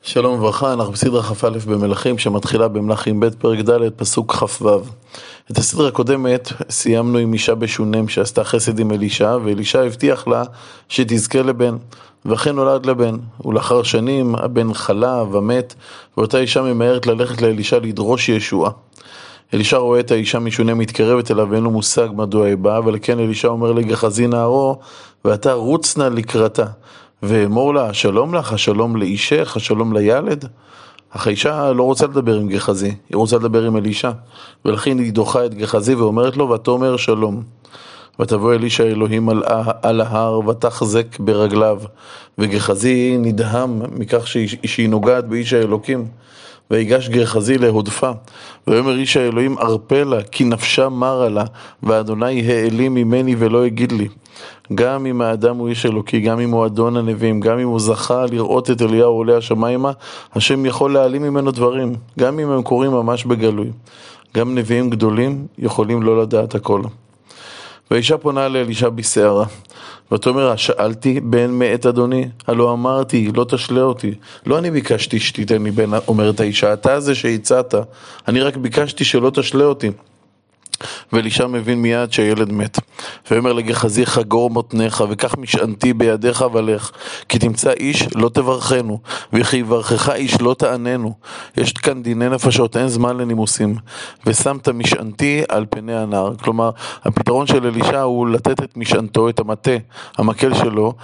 שלום וברכה, אנחנו בסדרה כ"א במלכים שמתחילה במלכים ב' פרק ד' פסוק כ"ו. את הסדרה הקודמת סיימנו עם אישה בשונם שעשתה חסד עם אלישע, ואלישע הבטיח לה שתזכה לבן, ואכן נולד לבן, ולאחר שנים הבן חלה ומת, ואותה אישה ממהרת ללכת לאלישע לדרוש ישועה. אלישע רואה את האישה משונם מתקרבת אליו ואין לו מושג מדוע היא באה, ולכן אלישע אומר לגחזי נערו, ואתה רוץ נא לקראתה ואמור לה, שלום לך, השלום לאישך, השלום לילד. אך האישה לא רוצה לדבר עם גחזי, היא רוצה לדבר עם אלישע, ולכן היא דוחה את גחזי ואומרת לו, ותאמר שלום. ותבוא אלישע אלוהים על ההר ותחזק ברגליו, וגחזי נדהם מכך שהיא נוגעת באיש האלוקים, ויגש גחזי להודפה, ואומר איש האלוהים ארפה לה, כי נפשה מרה לה, ואדוני העלים ממני ולא הגיד לי. גם אם האדם הוא איש אלוקי, גם אם הוא אדון הנביאים, גם אם הוא זכה לראות את אליהו עולה השמיימה, השם יכול להעלים ממנו דברים, גם אם הם קוראים ממש בגלוי. גם נביאים גדולים יכולים לא לדעת הכל. והאישה פונה לאלישע בסערה, ותאמר, שאלתי בן מאת אדוני? הלא אמרתי, לא תשלה אותי. לא אני ביקשתי שתיתן לי בן, אומרת האישה, אתה זה שהצעת, אני רק ביקשתי שלא תשלה אותי. ואלישע מבין מיד שהילד מת, ואומר לגחזי, חגור מותניך וקח משענתי בידיך ולך, כי תמצא איש לא תברכנו, וכי יברכך איש לא תעננו. יש כאן דיני נפשות, אין זמן לנימוסים. ושמת משענתי על פני הנהר. כלומר, הפתרון של אלישע הוא לתת את משענתו, את המטה, המקל שלו,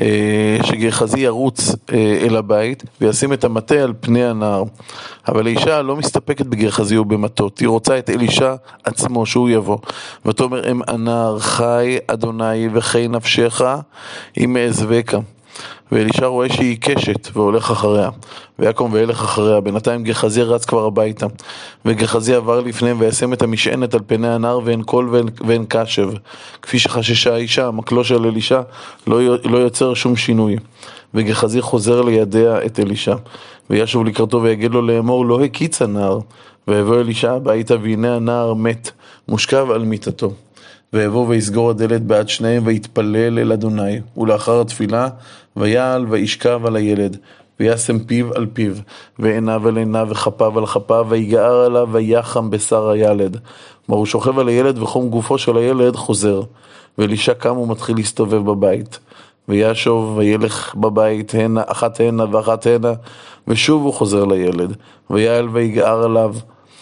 שגחזי ירוץ אל הבית וישים את המטה על פני הנהר. אבל האישה לא מסתפקת בגחזי ובמטות, היא רוצה את אלישע עצמו שהוא יבוא. ותאמר, אם הנער חי אדוני וחי נפשך אם אעזבך. ואלישע רואה שהיא קשת והולך אחריה, ויקום והלך אחריה. בינתיים גחזי רץ כבר הביתה, וגחזי עבר לפניהם וישם את המשענת על פני הנהר, ואין קול ואין קשב. כפי שחששה האישה, המקלו של אלישע לא יוצר שום שינוי. וגחזי חוזר לידיה את אלישע, וישוב לקראתו ויגיד לו לאמור, לא הקיץ הנער. ויבוא אלישע הביתה, והנה הנער מת, מושכב על מיטתו. ויבוא ויסגור הדלת בעד שניהם, ויתפלל אל אדוני. ולאחר התפילה, ויעל וישכב על הילד, וישם פיו על פיו, ועיניו על עיניו, וכפיו על כפיו, ויגער עליו, ויחם בשר הילד. כלומר, הוא שוכב על הילד, וחום גופו של הילד חוזר. ואלישע קם ומתחיל להסתובב בבית. וישוב וילך בבית, אחת הנה ואחת הנה, ושוב הוא חוזר לילד. ויעל ויגער עליו,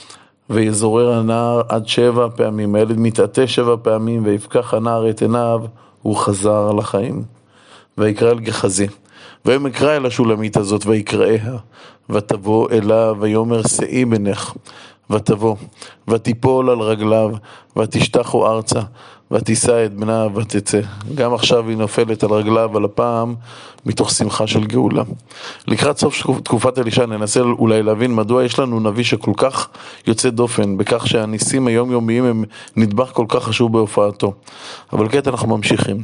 ויזורר הנער עד 7 פעמים. הילד מתעטה 7 פעמים, ויפקח הנער את עיניו, הוא חזר לחיים. ויקרא אל גחזי, והם יקרא אל השולמית הזאת, ויקראיה, ותבוא אליו, ויאמר שאי בנך, ותבוא, ותיפול על רגליו, ותשתחו ארצה, ותישא את בנה ותצא. גם עכשיו היא נופלת על רגליו, אבל הפעם מתוך שמחה של גאולה. לקראת סוף תקופת אלישע ננסה אולי להבין מדוע יש לנו נביא שכל כך יוצא דופן, בכך שהניסים היומיומיים הם נדבך כל כך חשוב בהופעתו. אבל כעת אנחנו ממשיכים.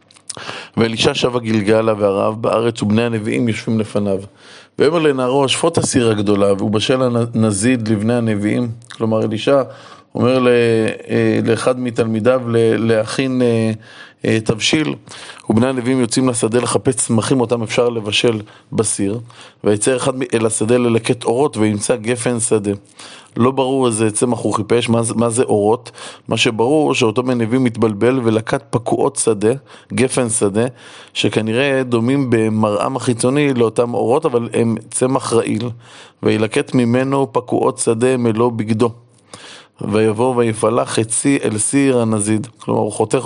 ואלישע שב גילגלה, והרעב בארץ, ובני הנביאים יושבים לפניו. ואומר לנערו, השפוט הסיר הגדולה, והוא בשל הנזיד לבני הנביאים. כלומר, אלישע אומר לאחד מתלמידיו להכין תבשיל, ובני הנביאים יוצאים לשדה לחפש צמחים אותם אפשר לבשל בסיר, ויצא אחד אל השדה ללקט אורות, וימצא גפן שדה. לא ברור איזה צמח הוא חיפש, מה זה אורות. מה שברור שאותו מנביא מתבלבל ולקט פקועות שדה, גפן שדה, שכנראה דומים במראם החיצוני לאותם אורות, אבל הם צמח רעיל, וילקט ממנו פקועות שדה מלוא בגדו. ויבוא ויפלח חצי אל סיר הנזיד. כלומר, הוא חותך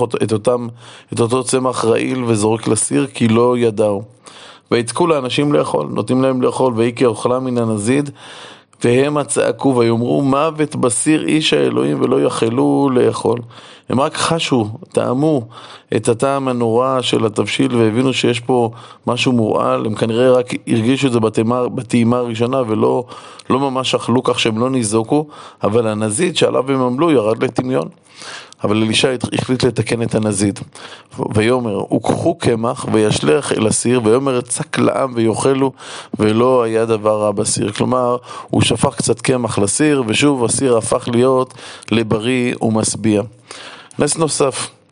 את אותו צמח רעיל וזורק לסיר, כי לא ידעו. ויצקו לאנשים לאכול, נותנים להם לאכול, ויקי אוכלה מן הנזיד, והם צעקו ויאמרו, מוות בסיר איש האלוהים, ולא יחלו לאכול. הם רק חשו, טעמו את הטעם הנורא של התבשיל, והבינו שיש פה משהו מורעל. הם כנראה רק הרגישו את זה בטעימה הראשונה, ולא ממש אכלו, כך שהם לא ניזוקו, אבל הנזיד שעליו הם עמלו ירד לטמיון. אבל אלישע החליט לתקן את הנזיד, ויאמר, וקחו קמח וישלח אל הסיר, ויאמר, צק לעם ויאכלו, ולא היה דבר רע בסיר. כלומר, הוא שפך קצת קמח לסיר, ושוב הסיר הפך להיות לבריא ומשביע. נס נוסף,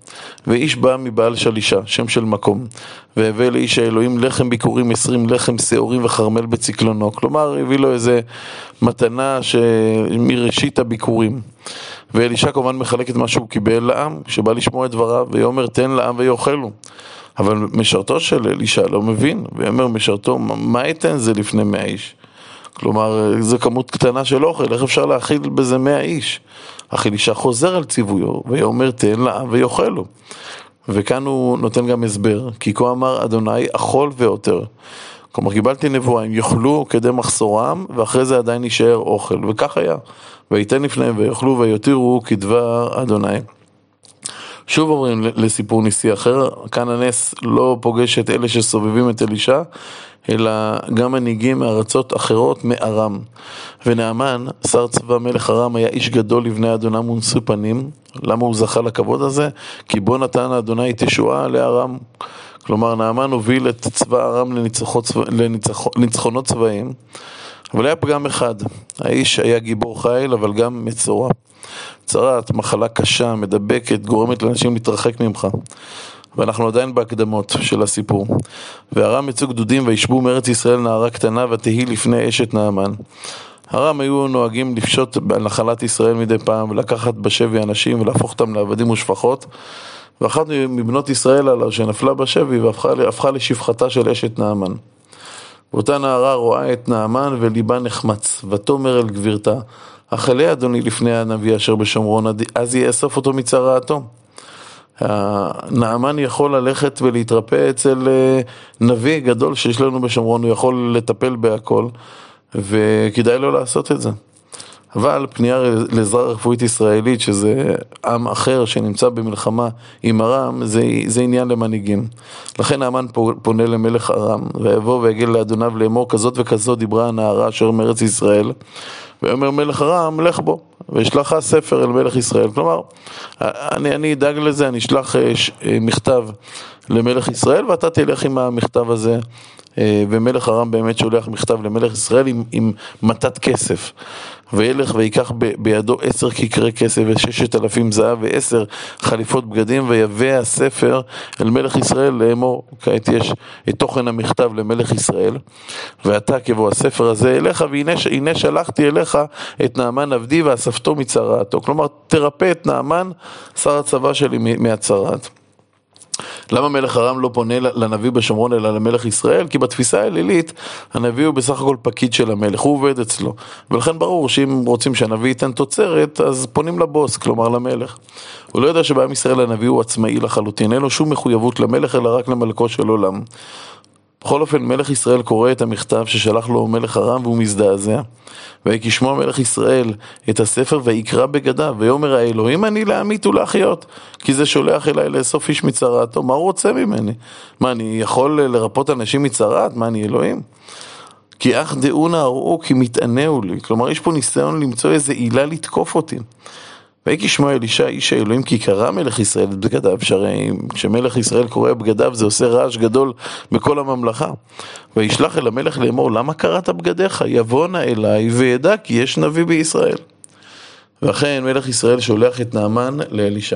ואיש בא מבעל שלישה, שם של מקום, והביא לאיש האלוהים לחם ביקורים 20 לחם שעורים וחרמל בצקלונו. כלומר, הביא לו איזה מתנה מראשית הביקורים. ואלישע כמובן מחלק את מה שהוא קיבל לעם, שבא לשמוע את דבריו, ויאמר תן לעם ויאכלו. אבל משרתו של אלישע לא מבין, ויאמר משרתו, מה אתן זה לפני 100 איש? כלומר, זו כמות קטנה של אוכל, איך אפשר להאכיל בזה 100 איש? אך אלישע חוזר על ציוויו, ויאמר תן לעם ויאכלו. וכאן הוא נותן גם הסבר, כי כה אמר אדוני אכול ועותר. כלומר, קיבלתי נבואה, הם יאכלו כדי מחסורם, ואחרי זה עדיין יישאר אוכל, וכך היה. ויתן לפניהם ויאכלו ויותירו כדבר אדוני. שוב עוברים לסיפור ניסי אחר, כאן הנס לא פוגש את אלה שסובבים את אלישע, אלא גם מנהיגים מארצות אחרות מארם. ונעמן, שר צבא מלך ארם, היה איש גדול לבני אדונם ונשוא פנים. למה הוא זכה לכבוד הזה? כי בו נתן אדוני תשועה לארם. כלומר, נעמן הוביל את צבא ארם לניצחונות צבאיים, אבל היה פגם אחד. האיש היה גיבור חיל, אבל גם מצורע. צרת, מחלה קשה, מדבקת, גורמת לאנשים להתרחק ממך. ואנחנו עדיין בהקדמות של הסיפור. וארם יצאו גדודים וישבו מארץ ישראל נערה קטנה ותהי לפני אשת נעמן. ארם היו נוהגים לפשוט בנחלת ישראל מדי פעם ולקחת בשבי אנשים ולהפוך אותם לעבדים ושפחות. ואחת מבנות ישראל עליו שנפלה בשבי והפכה לשפחתה של אשת נעמן. ואותה נערה רואה את נעמן וליבה נחמץ, ותאמר אל גבירתה, אכלה אדוני לפני הנביא אשר בשומרון, אז יאסוף אותו מצרעתו. נעמן יכול ללכת ולהתרפא אצל נביא גדול שיש לנו בשומרון, הוא יכול לטפל בהכל, וכדאי לו לעשות את זה. אבל פנייה לעזרה רפואית ישראלית, שזה עם אחר שנמצא במלחמה עם ארם, זה עניין למנהיגים. לכן נעמן פונה למלך ארם, ויבוא ויגיד לאדוניו לאמור, כזאת וכזאת דיברה הנערה אשר מארץ ישראל, ואומר מלך ארם, לך בו, וישלח ספר אל מלך ישראל. כלומר, אני אדאג לזה, אני אשלח מכתב למלך ישראל, ואתה תלך עם המכתב הזה, ומלך ארם באמת שולח מכתב למלך ישראל עם מתת כסף, וילך ויקח בידו 10 כיכרי כסף ו6,000 זהב ו10 חליפות בגדים, ויביא הספר אל מלך ישראל לאמור. כעת יש את תוכן המכתב למלך ישראל, ואתה כבוא הספר הזה אליך, והנה שלחתי אליך את נעמן עבדי ואספתו מצרעתו. כלומר, תרפא את נעמן שר הצבא שלי מהצרעת. למה מלך ארם לא פונה לנביא בשומרון אלא למלך ישראל? כי בתפיסה האלילית הנביא הוא בסך הכל פקיד של המלך, הוא עובד אצלו, ולכן ברור שאם רוצים שהנביא ייתן תוצרת אז פונים לבוס, כלומר למלך. הוא לא יודע שבעם ישראל הנביא הוא עצמאי לחלוטין, אין לו שום מחויבות למלך אלא רק למלכו של עולם. בכל אופן, מלך ישראל קורא את המכתב ששלח לו מלך ארם והוא מזדעזע. ויקשמוע מלך ישראל את הספר ויקרא בגדיו, ויאמר האלוהים אני להמית ולהחיות, כי זה שולח אליי לאסוף איש מצרעתו. מה הוא רוצה ממני? מה, אני יכול לרפות אנשים מצרעת? מה, אני אלוהים? כי אך דעונה הראו כי מתענהו לי. כלומר, יש פה ניסיון למצוא איזה עילה לתקוף אותי. ויקשמוע אלישע איש האלוהים כי קרא מלך ישראל את בגדיו. שהרי כשמלך ישראל קורא בגדיו זה עושה רעש גדול בכל הממלכה. וישלח אל המלך לאמור, למה קראת בגדיך? יבוא נא אליי וידע כי יש נביא בישראל. ואכן מלך ישראל שולח את נעמן לאלישע.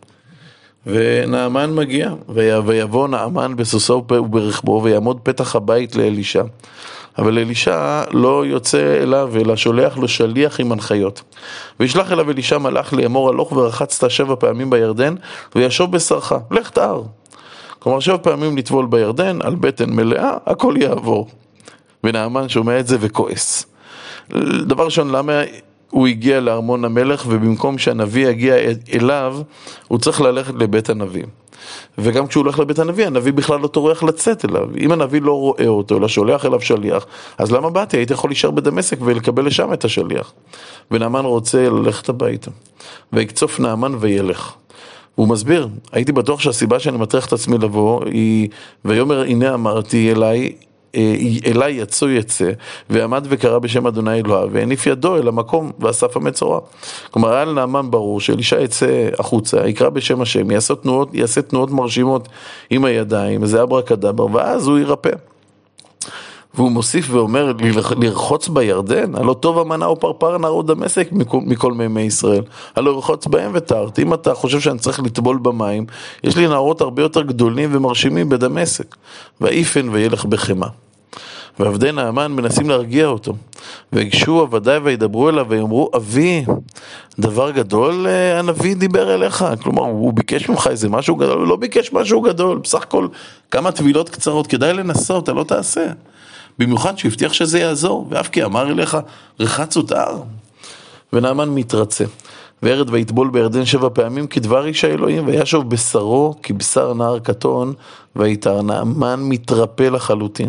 ונעמן מגיע, ויבוא נעמן בסוסו וברכבו ויעמוד פתח הבית לאלישע. אבל אלישע לא יוצא אליו אלא שולח לו שליח עם הנחיות. וישלח אליו אלישע מלאך לאמור, הלוך ורחצת 7 פעמים בירדן וישוב בשרך, לך תער. כלומר 7 פעמים לטבול בירדן על בטן מלאה, הכל יעבור. ונעמן שומע את זה וכועס. דבר ראשון, למה הוא הגיע לארמון המלך, ובמקום שהנביא יגיע אליו הוא צריך ללכת לבית הנביא. וגם כשהוא הולך לבית הנביא, הנביא בכלל לא טורח לצאת אליו. אם הנביא לא רואה אותו, אלא שולח אליו שליח, אז למה באתי? הייתי יכול להישאר בדמשק ולקבל לשם את השליח. ונעמן רוצה ללכת הביתה. ויקצוף נעמן וילך. הוא מסביר, הייתי בטוח שהסיבה שאני מטריח את עצמי לבוא היא, ויאמר הנה אמרתי אליי יצא, ועמד וקרא בשם אדוני אלוהיו, והניף ידו אל המקום ואסף המצורע. כלומר, היה לנעמן ברור שאלישע יצא החוצה, יקרא בשם השם, יעשה תנועות מרשימות עם הידיים, זה אברקדבר, ואז הוא ירפא. והוא מוסיף ואומר, לרחוץ בירדן? הלא טוב המנה או פרפר נהר או דמשק מכל מימי ישראל. הלא לרחוץ בהם ותרת. אם אתה חושב שאני צריך לטבול במים, יש לי נהרות הרבה יותר גדולים ומרשימים בדמשק. ואיפן וילך בחמה. ועבדי נעמן מנסים להרגיע אותו. והגשו עבדיי וידברו אליו ויאמרו, אבי, דבר גדול הנביא דיבר אליך. כלומר, הוא ביקש ממך איזה משהו גדול, הוא לא ביקש משהו גדול. בסך הכל כמה טבילות קצרות, כדאי לנסות, אתה לא תעשה. במיוחד שהבטיח שזה יעזור, ואף כי אמר אליך, רחץ ותער. ונעמן מתרצה. וירד ויטבול בירדן 7 פעמים כדבר איש האלוהים, וישוב בשרו כבשר נער קטון, ויתר. נעמן מתרפא לחלוטין.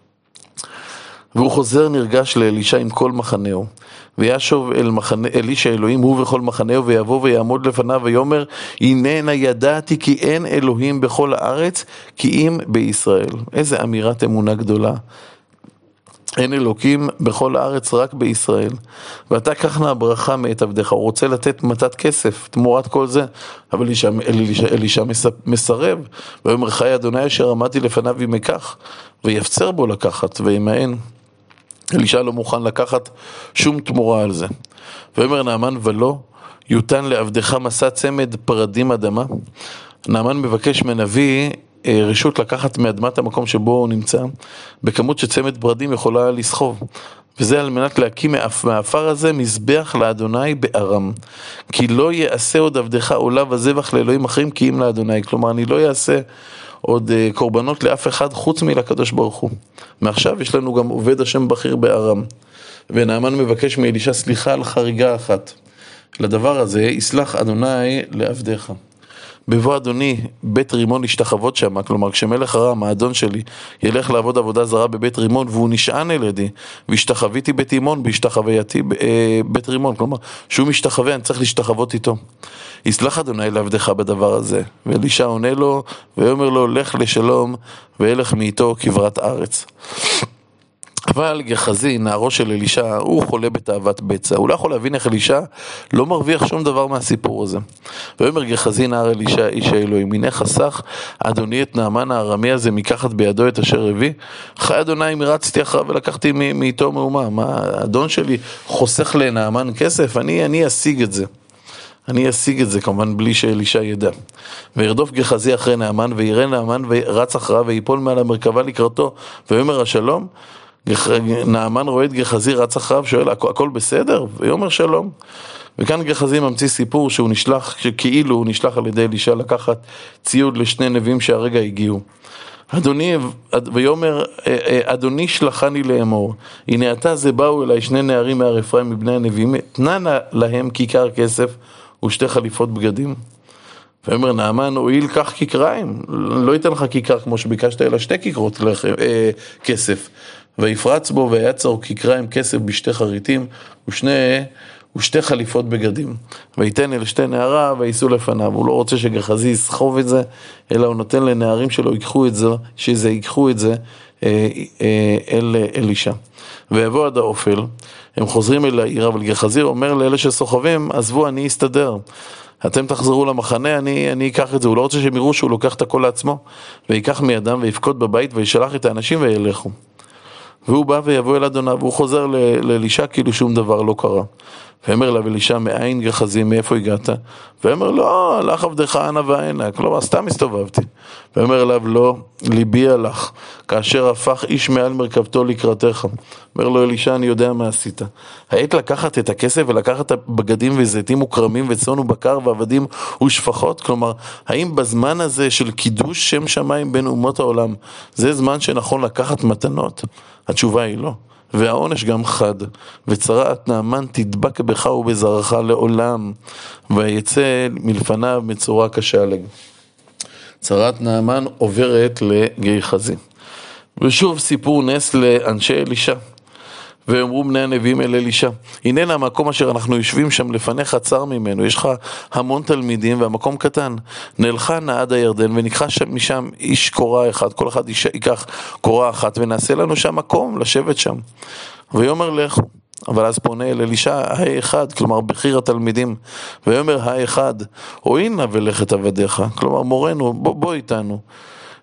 והוא חוזר נרגש לאלישע עם כל מחנהו. וישוב אל איש האלוהים הוא וכל מחנהו, ויבוא ויעמוד לפניו ויאמר, הננה ידעתי כי אין אלוהים בכל הארץ, כי אם בישראל. איזה אמירת אמונה גדולה. אין אלוקים בכל הארץ, רק בישראל. ואתה קח נא ברכה מאת עבדך. הוא רוצה לתת מתת כסף תמורת כל זה, אבל אלישע מסרב. ויאמר חי אדוני אשר עמדתי לפניו ימקח, ויפצר בו לקחת וימאן. אלישע לא מוכן לקחת שום תמורה על זה. ויאמר נעמן ולא יותן לעבדך מסע צמד פרדים אדמה. נעמן מבקש מנביא רשות לקחת מאדמת המקום שבו הוא נמצא, בכמות שצמד פרדים יכולה לסחוב. וזה על מנת להקים מהאפר הזה מזבח לאדוני בארם. כי לא יעשה עוד עבדך עולה וזבח לאלוהים אחרים כי אם לאדוני. כלומר, אני לא יעשה עוד קורבנות לאף אחד חוץ מלקדוש ברוך הוא. מעכשיו יש לנו גם עובד השם בכיר בארם. ונעמן מבקש מאלישע סליחה על חריגה אחת. לדבר הזה יסלח אדוני לעבדיך. בבוא אדוני בית רימון השתחוות שם, כלומר כשמלך ארם האדון שלי ילך לעבוד עבודה זרה בבית רימון והוא נשען אל ידי והשתחוויתי בית רימון בהשתחווייתי בית רימון, כלומר שהוא משתחווה אני צריך להשתחוות איתו. יסלח אדוני לעבדך בדבר הזה. ואלישע עונה לו ואומר לו לך לשלום והלך מאיתו כברת ארץ. אבל גחזי, נערו של אלישע, הוא חולה בתאוות בצע. הוא לא יכול להבין איך אלישע לא מרוויח שום דבר מהסיפור הזה. ואומר גחזי נער אלישע, איש האלוהים, הנה חסך אדוני את נעמן הארמי הזה מקחת בידו את אשר הביא. חי אדוני מרצתי אחריו ולקחתי מאיתו מהומה. מה, האדון שלי חוסך לנעמן כסף? אני אשיג את זה. אני אשיג את זה כמובן בלי שאלישע ידע. וירדוף גחזי אחרי נעמן, ויראה נעמן ורץ אחריו, ויפול מעל המרכבה לקראתו, ויאמר השלום. נעמן רואה את גחזי רץ אחריו, שואל הכל בסדר? ויאמר שלום. וכאן גחזי ממציא סיפור שהוא נשלח, שכאילו הוא נשלח על ידי אלישע לקחת ציוד לשני נביאים שהרגע הגיעו. אדוני, ויאמר, אדוני שלחני לאמור, הנה אתה זה באו אליי 2 נערים מהר אפרים מבני הנביאים, תנה להם כיכר כסף ושתי חליפות בגדים. ואומר נעמן, הואיל כך כיכריים, לא ייתן לך כיכר כמו שביקשת, אלא 2 כיכרות כסף. ויפרץ בו ויצר כיכריים כסף בשתי חריטים ושתי חליפות בגדים. ויתן אל 2 נעריו וייסעו לפניו. הוא לא רוצה שגחזי יסחוב את זה, אלא הוא נותן לנערים שלו ייקחו את זה אל אלישע. ויבוא עד האופל, הם חוזרים אל העיר, אבל גחזי אומר לאלה שסוחבים, עזבו, אני אסתדר. אתם תחזרו למחנה, אני אקח את זה. הוא לא רוצה שהם יראו שהוא לוקח את הכל לעצמו, ויקח מידם ויפקוד בבית וישלח את האנשים וילכו. והוא בא ויבוא אל אדוניו, והוא חוזר לאלישע כאילו שום דבר לא קרה. ואומר לה אלישע, מאין גחזי, מאיפה הגעת? ואומר, לא, הלך עבדך אנה ואנה, כלומר, סתם הסתובבתי. ואומר אליו, לא, ליבי הלך, כאשר הפך איש מעל מרכבתו לקראתך. אומר לו אלישע, אני יודע מה עשית. העת לקחת את הכסף ולקחת בגדים וזיתים וקרמים וצאן ובקר ועבדים ושפחות? כלומר, האם בזמן הזה של קידוש שם שמיים בין אומות העולם, זה זמן שנכון לקחת מתנות? התשובה היא לא. והעונש גם חד, וצרעת נעמן תדבק בך ובזרעך לעולם, ויצא מלפניו מצורע כשלג. צרעת נעמן עוברת לגחזי. ושוב סיפור נס לאנשי אלישע. ואמרו בני הנביאים אל אלישע, הנה המקום אשר אנחנו יושבים שם לפניך צר ממנו, יש לך המון תלמידים והמקום קטן, נלכה נא עד הירדן וניקחה משם איש קורה אחד, כל אחד ייקח קורה אחת ונעשה לנו שם מקום לשבת שם. ויאמר לכו, אבל אז פונה אל אלישע האחד, כלומר בכיר התלמידים, ויאמר האחד, הואיל נא ולך את עבדיך, כלומר מורנו, בוא איתנו.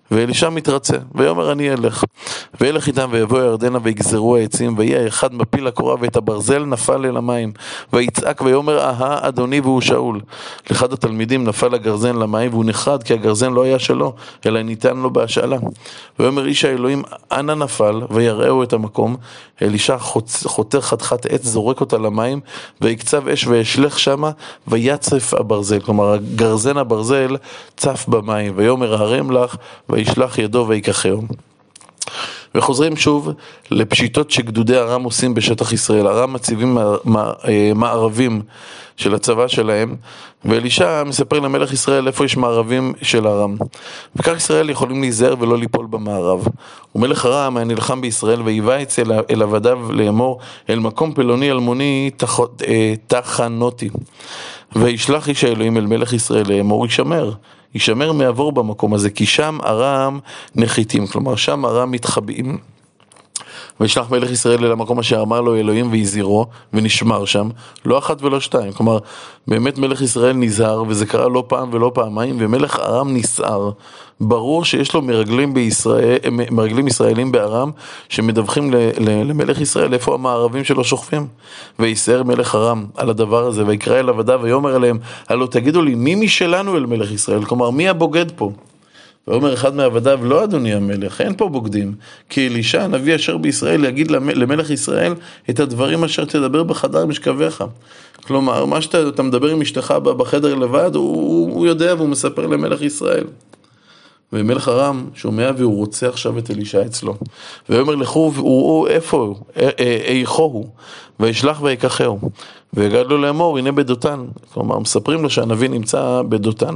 ואלישע מתרצה, ויאמר אני אלך, וילך איתם ויבוא ירדנה ויגזרו העצים, ויהי האחד מפיל הקורה ואת הברזל נפל אל המים, ויצעק ויאמר אהה אדוני והוא שאול. לאחד התלמידים נפל הגרזן למים והוא נחרד, כי הגרזן לא היה שלו, אלא ניתן לו בהשאלה. ויאמר איש האלוהים אנה נפל, ויראהו את המקום. אלישע חותר חתיכת עץ, זורק אותה למים, ויקצב אש וישלך שמה, ויצף הברזל. כלומר גרזן הברזל צף במים, ויאמר הרם לך, וישלח ידו ויקחהו. וחוזרים שוב לפשיטות שגדודי ארם עושים בשטח ישראל. ארם מציבים מערבים של הצבא שלהם, ואלישע מספר למלך ישראל איפה יש מערבים של ארם, וכך ישראל יכולים להיזהר ולא ליפול במערב. ומלך ארם היה נלחם בישראל, ויבא אל עבדיו לאמור, אל מקום פלוני אלמוני תחנותי. וישלח איש האלוהים אל מלך ישראל לאמור, יישמר מעבור במקום הזה, כי שם ארם נחיתים, כלומר שם ארם מתחבאים. וישלח מלך ישראל אל המקום אשר אמר לו אלוהים ויזירו, ונשמר שם, לא אחת ולא שתיים. כלומר, באמת מלך ישראל נזהר, וזה קרה לא פעם ולא פעמיים, ומלך ארם נסער. ברור שיש לו מרגלים ישראלים בארם, שמדווחים למלך ישראל איפה המערבים שלו שוכבים. ויסער מלך ארם על הדבר הזה, ויקרא אל עבדיו ויאמר אליהם, הלא תגידו לי, מי משלנו אל מלך ישראל? כלומר, מי הבוגד פה? ואומר אחד מעבדיו, לא אדוני המלך, אין פה בוגדים, כי אלישע הנביא אשר בישראל יגיד למלך ישראל את הדברים אשר תדבר בחדר משכבך. כלומר, מה שאתה מדבר עם אשתך בחדר לבד, הוא יודע והוא מספר למלך ישראל. ומלך ארם שומע והוא רוצה עכשיו את אלישע אצלו. ואומר לכו, איפה הוא? איכו הוא? וישלח ויקחהו. ויגד לו לאמור, הנה בדותן. כלומר, מספרים לו שהנביא נמצא בדותן.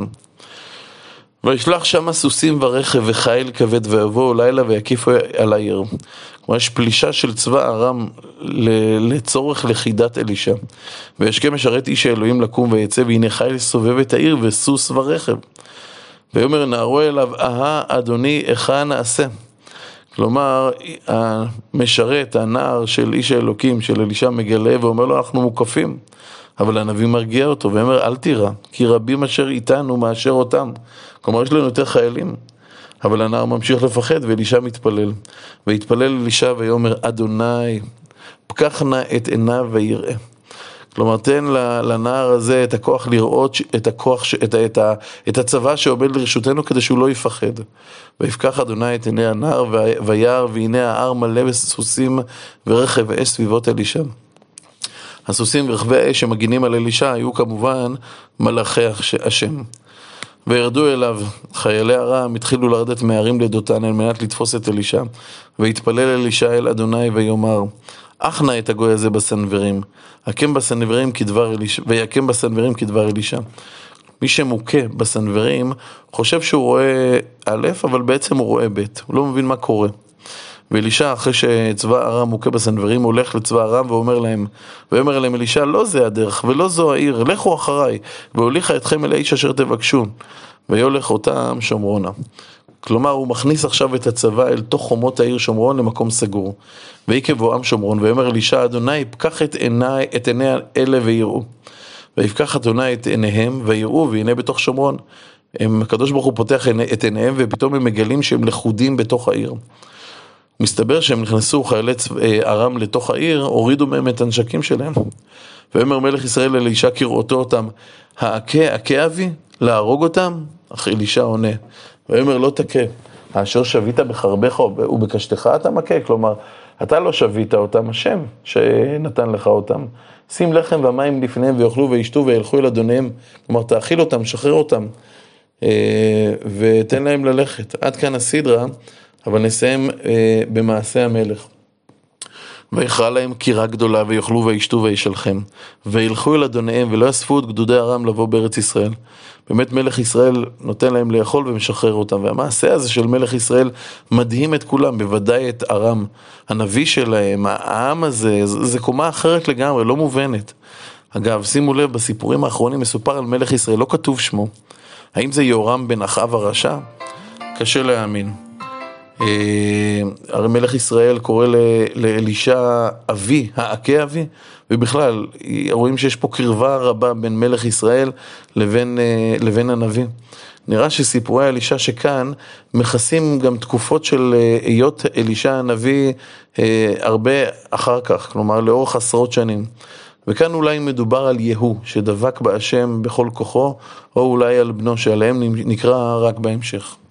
וישלח שם סוסים ורכב וחיל כבד, ויבואו לילה ויקיפו על העיר. כלומר, יש פלישה של צבא ארם לצורך לכידת אלישע. וישכם משרת איש האלוהים לקום ויצא, והנה חיל סובב את העיר וסוס ורכב. ויאמר נערו אליו, אדוני, איך נעשה? כלומר, המשרת, הנער של איש האלוקים, של אלישע, מגלה ואומר לו, אנחנו מוקפים. אבל הנביא מרגיע אותו ואומר, אל תירא, כי רבים אשר איתנו מאשר אותם. כלומר, יש לנו יותר חיילים. אבל הנער ממשיך לפחד, ואלישע מתפלל. והתפלל אלישע ויאמר, אדוני, פקח נא את עיניו ויראה. כלומר, תן לנער הזה את הכוח לראות את הצבא שעומד לרשותנו, כדי שהוא לא יפחד. ויפקח אדוני את עיני הנער וירא, והנה ההר מלא בסוסים ורכב אש סביבות אלישע. הסוסים ורכבי האש שמגינים על אלישע היו כמובן מלאכי השם. וירדו אליו חיילי ארם, התחילו לרדת מההרים לדותן על מנת לתפוס את אלישע. והתפלל אלישע אל אדוני ויאמר, אך נא את הגוי הזה בסנוורים, ויקם בסנוורים כדבר אלישע. מי שמוכה בסנוורים חושב שהוא רואה א', אבל בעצם הוא רואה ב', הוא לא מבין מה קורה. ואלישע, אחרי שצבא ארם מוכה בסנוורים, הולך לצבא ארם ואומר להם אלישע, לא זה הדרך ולא זו העיר, לכו אחריי, והוליכה אתכם אל האיש אשר תבקשו, ויולך אותם שומרונה. כלומר, הוא מכניס עכשיו את הצבא אל תוך חומות העיר שומרון למקום סגור. ויקבואם שומרון, ויאמר אלישע, אדוני, פקח את עיני אלה ויראו. ויפקח אדוני את עיניהם ויראו, והנה בתוך שומרון. הקדוש ברוך הוא פותח את עיניהם, ופתאום הם מגלים שהם לכודים בתוך העיר. מסתבר שהם נכנסו חיילי ארם לתוך העיר, הורידו מהם את הנשקים שלהם. ואומר מלך ישראל אלישע כראותו אותם, הכה אבי, להרוג אותם? אך אלישע עונה, ואומר לא תכה, אשר שבית בחרבך ובקשתך אתה מכה, כלומר, אתה לא שבית אותם, השם שנתן לך אותם. שים לחם ומים לפניהם ויאכלו וישתו וילכו אל אדוניהם, כלומר תאכיל אותם, שחרר אותם, ותן להם ללכת. עד כאן הסדרה, אבל נסיים במעשה המלך. ויקרא להם קירה גדולה ויאכלו וישתו וישלחם, וילכו אל אדוניהם ולא יאספו את גדודי ארם לבוא בארץ ישראל. באמת מלך ישראל נותן להם לאכול ומשחרר אותם, והמעשה הזה של מלך ישראל מדהים את כולם, בוודאי את ארם, הנביא שלהם, העם הזה, זה קומה אחרת לגמרי, לא מובנת. אגב, שימו לב, בסיפורים האחרונים מסופר על מלך ישראל, לא כתוב שמו. האם זה יהורם בן אחאב הרשע? קשה להאמין. הרי מלך ישראל קורא לאלישע אבי, העכה אבי, ובכלל רואים שיש פה קרבה רבה בין מלך ישראל לבין הנביא. נראה שסיפורי אלישע שכאן מכסים גם תקופות של היות אלישע הנביא הרבה אחר כך, כלומר לאורך עשרות שנים. וכאן אולי מדובר על יהוא שדבק בהשם בכל כוחו, או אולי על בנו שעליהם נקרא רק בהמשך.